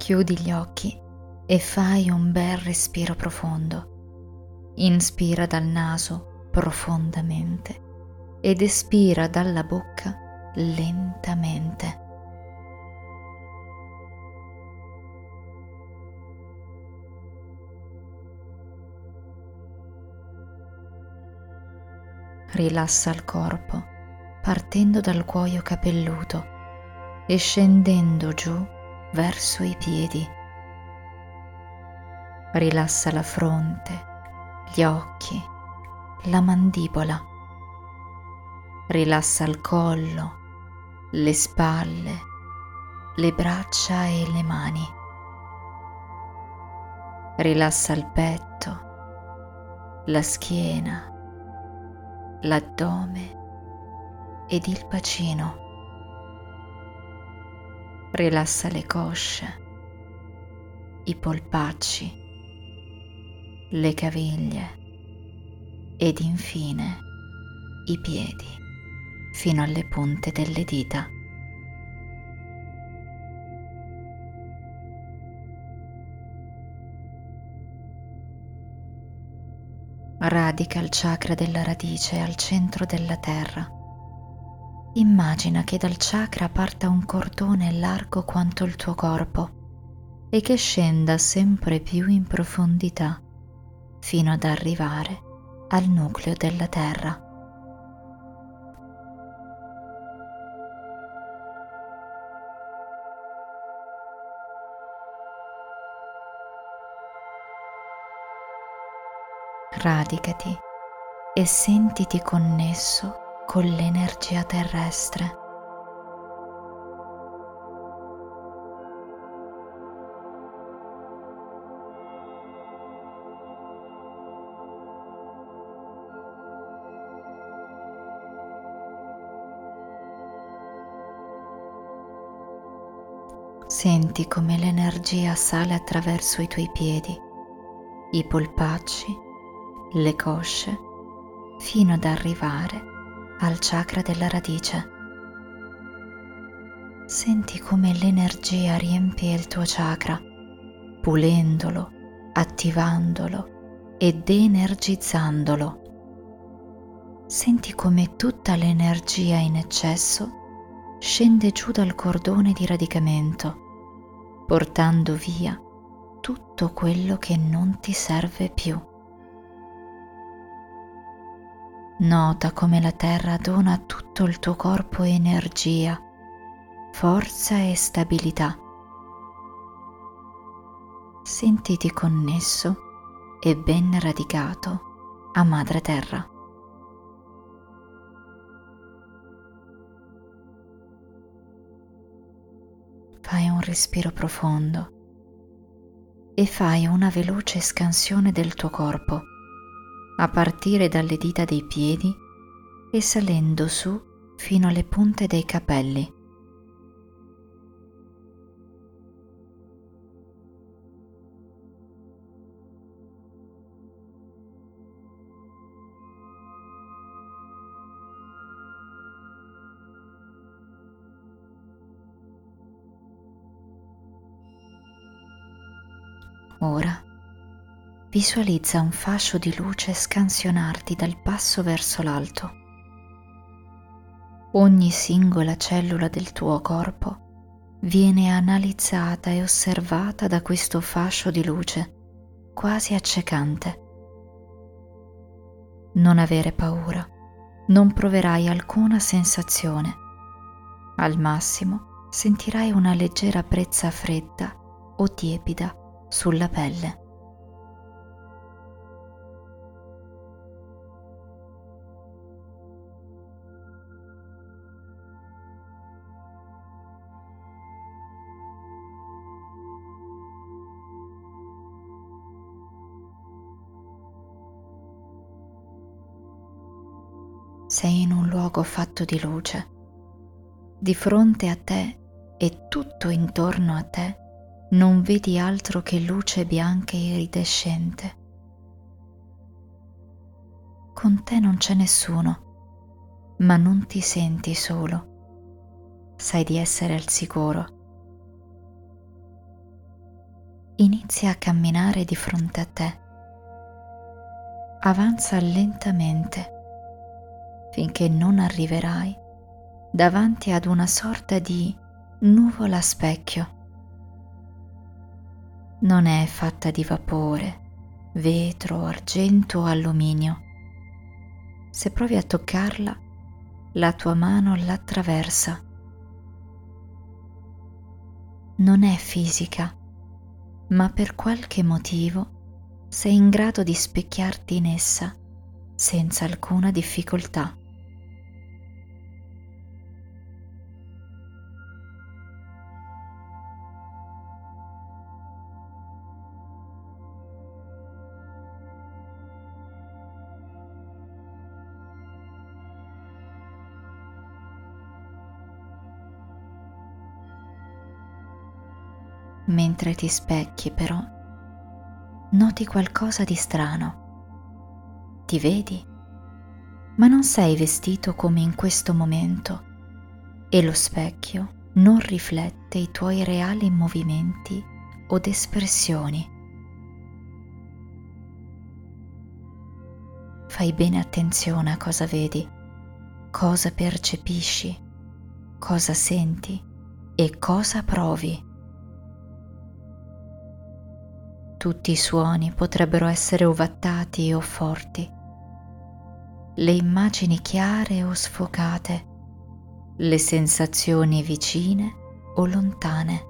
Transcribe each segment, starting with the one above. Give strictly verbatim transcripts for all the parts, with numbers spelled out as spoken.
Chiudi gli occhi e fai un bel respiro profondo. Inspira dal naso profondamente ed espira dalla bocca lentamente. Rilassa il corpo partendo dal cuoio capelluto e scendendo giù verso i piedi. Rilassa la fronte, gli occhi, la mandibola. Rilassa il collo, le spalle, le braccia e le mani. Rilassa il petto, la schiena, l'addome ed il bacino. Rilassa le cosce, i polpacci, le caviglie ed infine i piedi fino alle punte delle dita. Radica il chakra della radice al centro della terra. Immagina che dal chakra parta un cordone largo quanto il tuo corpo e che scenda sempre più in profondità fino ad arrivare al nucleo della terra. Radicati e sentiti connesso con l'energia terrestre. Senti come l'energia sale attraverso i tuoi piedi, i polpacci, le cosce, fino ad arrivare al chakra della radice. Senti come l'energia riempie il tuo chakra, pulendolo, attivandolo ed energizzandolo. Senti come tutta l'energia in eccesso scende giù dal cordone di radicamento, portando via tutto quello che non ti serve più. Nota come la terra dona a tutto il tuo corpo energia, forza e stabilità. Sentiti connesso e ben radicato a Madre Terra. Fai un respiro profondo e fai una veloce scansione del tuo corpo, a partire dalle dita dei piedi e salendo su fino alle punte dei capelli. Ora visualizza un fascio di luce scansionarti dal basso verso l'alto. Ogni singola cellula del tuo corpo viene analizzata e osservata da questo fascio di luce, quasi accecante. Non avere paura, non proverai alcuna sensazione. Al massimo sentirai una leggera brezza fredda o tiepida sulla pelle. Sei in un luogo fatto di luce. Di fronte a te e tutto intorno a te non vedi altro che luce bianca e iridescente. Con te non c'è nessuno, ma non ti senti solo. Sai di essere al sicuro. inizia a camminare di fronte a te. Avanza lentamente finché non arriverai davanti ad una sorta di nuvola a specchio. Non è fatta di vapore, vetro, argento o alluminio. Se provi a toccarla, la tua mano l'attraversa. Non è fisica, ma per qualche motivo sei in grado di specchiarti in essa senza alcuna difficoltà. Mentre ti specchi, però, noti qualcosa di strano. Ti vedi, ma non sei vestito come in questo momento e lo specchio non riflette i tuoi reali movimenti od espressioni. Fai bene attenzione a cosa vedi, cosa percepisci, cosa senti e cosa provi. Tutti i suoni potrebbero essere ovattati o forti, le immagini chiare o sfocate, le sensazioni vicine o lontane.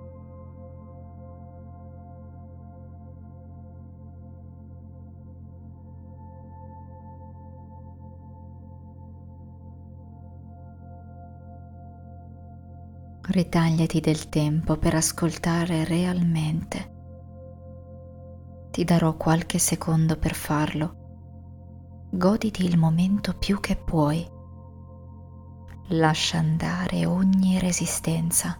Ritagliati del tempo per ascoltare realmente. Ti darò qualche secondo per farlo. Goditi il momento più che puoi. Lascia andare ogni resistenza.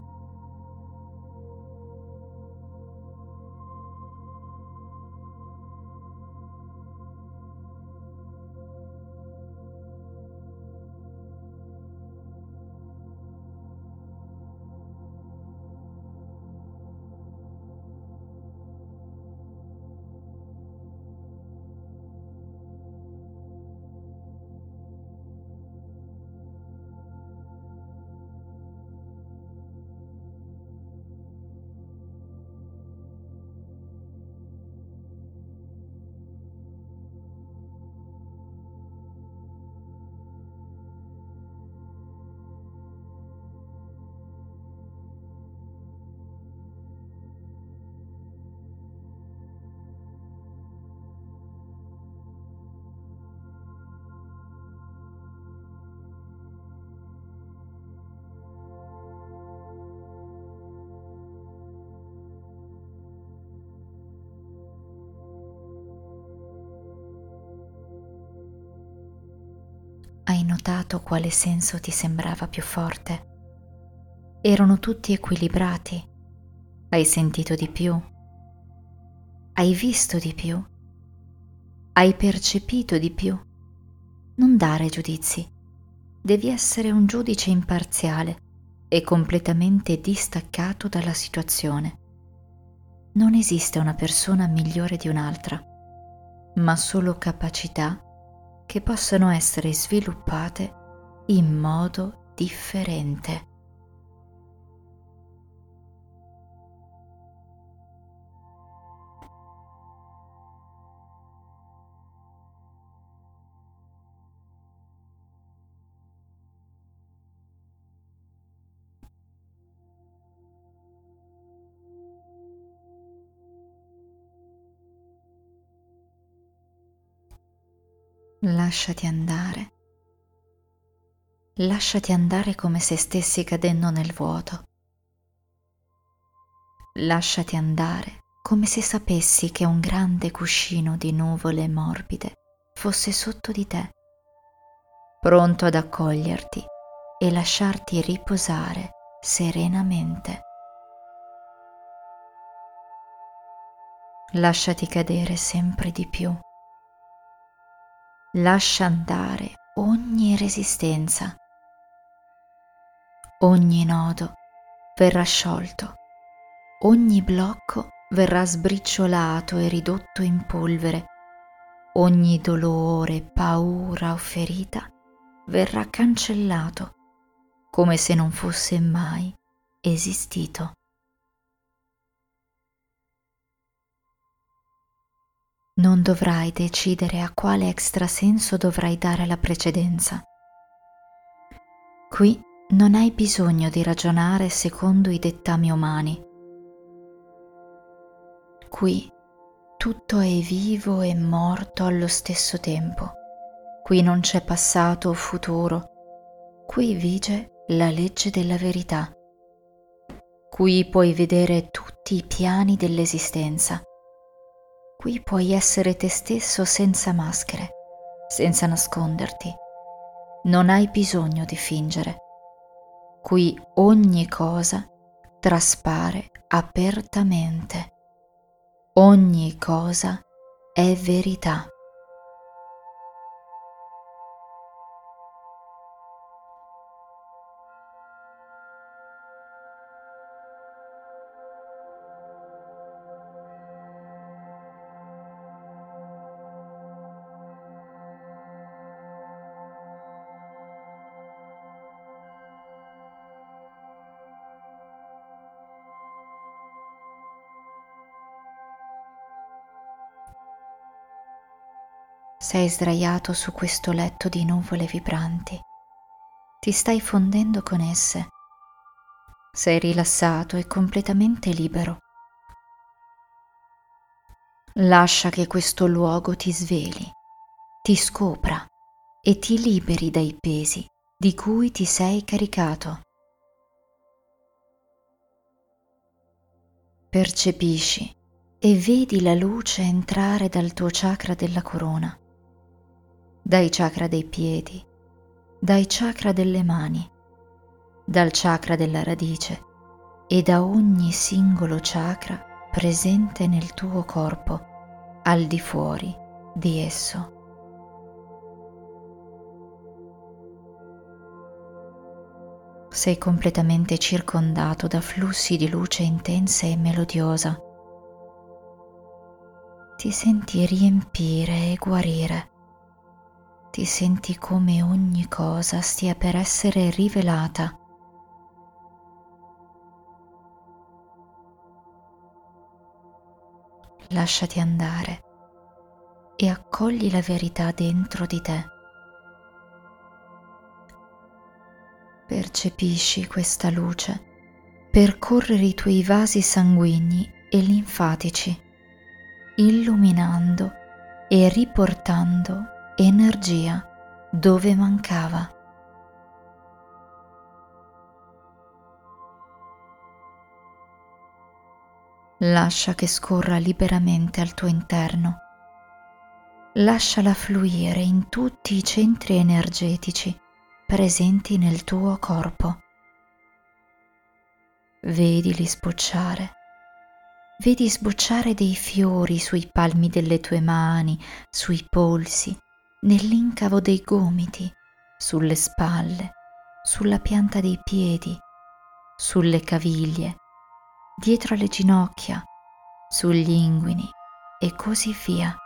Hai notato quale senso ti sembrava più forte? Erano tutti equilibrati. Hai sentito di più? Hai visto di più? Hai percepito di più? Non dare giudizi. Devi essere un giudice imparziale e completamente distaccato dalla situazione. Non esiste una persona migliore di un'altra, ma solo capacità che possono essere sviluppate in modo differente. Lasciati andare. Lasciati andare come se stessi cadendo nel vuoto. Lasciati andare come se sapessi che un grande cuscino di nuvole morbide fosse sotto di te, pronto ad accoglierti e lasciarti riposare serenamente. Lasciati cadere sempre di più. Lascia andare ogni resistenza. Ogni nodo verrà sciolto, ogni blocco verrà sbriciolato e ridotto in polvere. Ogni dolore, paura o ferita verrà cancellato come se non fosse mai esistito. Non dovrai decidere a quale extrasenso dovrai dare la precedenza. Qui non hai bisogno di ragionare secondo i dettami umani. Qui tutto è vivo e morto allo stesso tempo. Qui non c'è passato o futuro. Qui vige la legge della verità. Qui puoi vedere tutti i piani dell'esistenza. Qui puoi essere te stesso senza maschere, senza nasconderti. Non hai bisogno di fingere. Qui ogni cosa traspare apertamente. Ogni cosa è verità. Sei sdraiato su questo letto di nuvole vibranti. Ti stai fondendo con esse. Sei rilassato e completamente libero. Lascia che questo luogo ti sveli, ti scopra e ti liberi dai pesi di cui ti sei caricato. Percepisci e vedi la luce entrare dal tuo chakra della corona, dai chakra dei piedi, dai chakra delle mani, dal chakra della radice e da ogni singolo chakra presente nel tuo corpo, al di fuori di esso. Sei completamente circondato da flussi di luce intensa e melodiosa. Ti senti riempire e guarire. Ti senti come ogni cosa stia per essere rivelata. Lasciati andare e accogli la verità dentro di te. Percepisci questa luce percorrere i tuoi vasi sanguigni e linfatici, illuminando e riportando energia dove mancava. Lascia che scorra liberamente al tuo interno. Lasciala fluire in tutti i centri energetici presenti nel tuo corpo. Vedili sbocciare. Vedi sbocciare dei fiori sui palmi delle tue mani, sui polsi, nell'incavo dei gomiti, sulle spalle, sulla pianta dei piedi, sulle caviglie, dietro le ginocchia, sugli inguini e così via.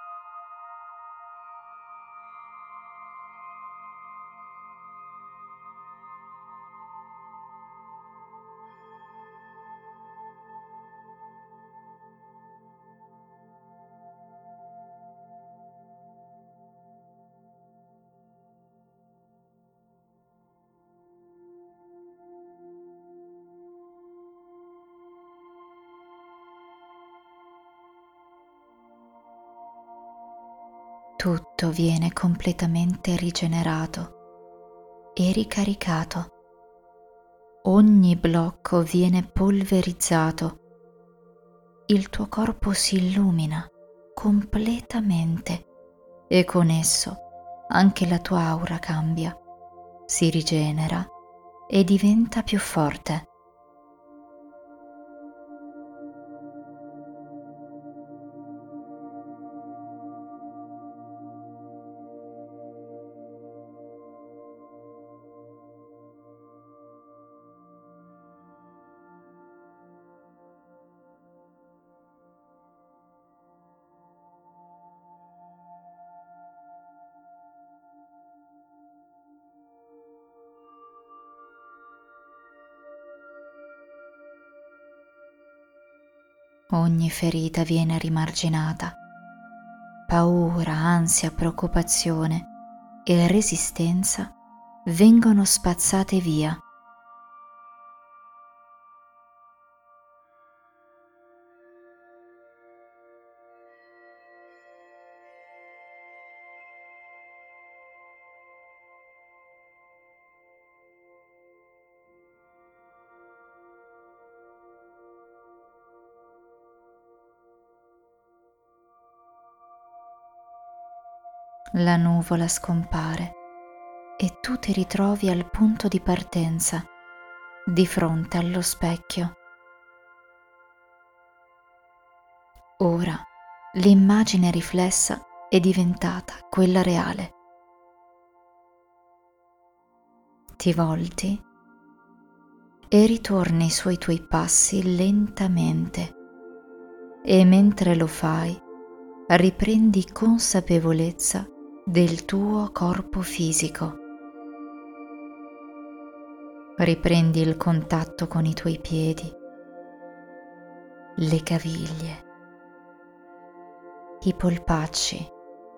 Tutto viene completamente rigenerato e ricaricato. Ogni blocco viene polverizzato. Il tuo corpo si illumina completamente e con esso anche la tua aura cambia, si rigenera e diventa più forte. Ogni ferita viene rimarginata. Paura, ansia, preoccupazione e resistenza vengono spazzate via. La nuvola scompare e tu ti ritrovi al punto di partenza, di fronte allo specchio. Ora l'immagine riflessa è diventata quella reale. Ti volti e ritorni sui tuoi passi lentamente e mentre lo fai riprendi consapevolezza del tuo corpo fisico. Riprendi il contatto con i tuoi piedi, le caviglie, i polpacci,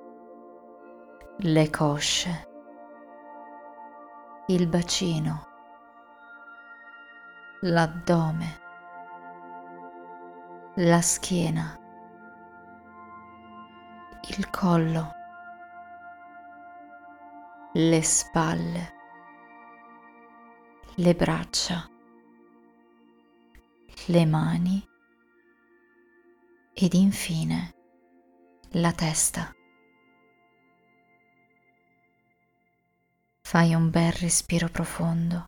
le cosce, il bacino, l'addome, la schiena, il collo, le spalle, le braccia, le mani ed infine la testa. Fai un bel respiro profondo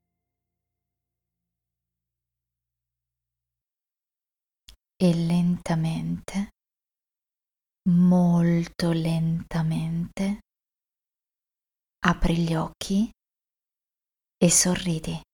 e lentamente, molto lentamente, apri gli occhi e sorridi.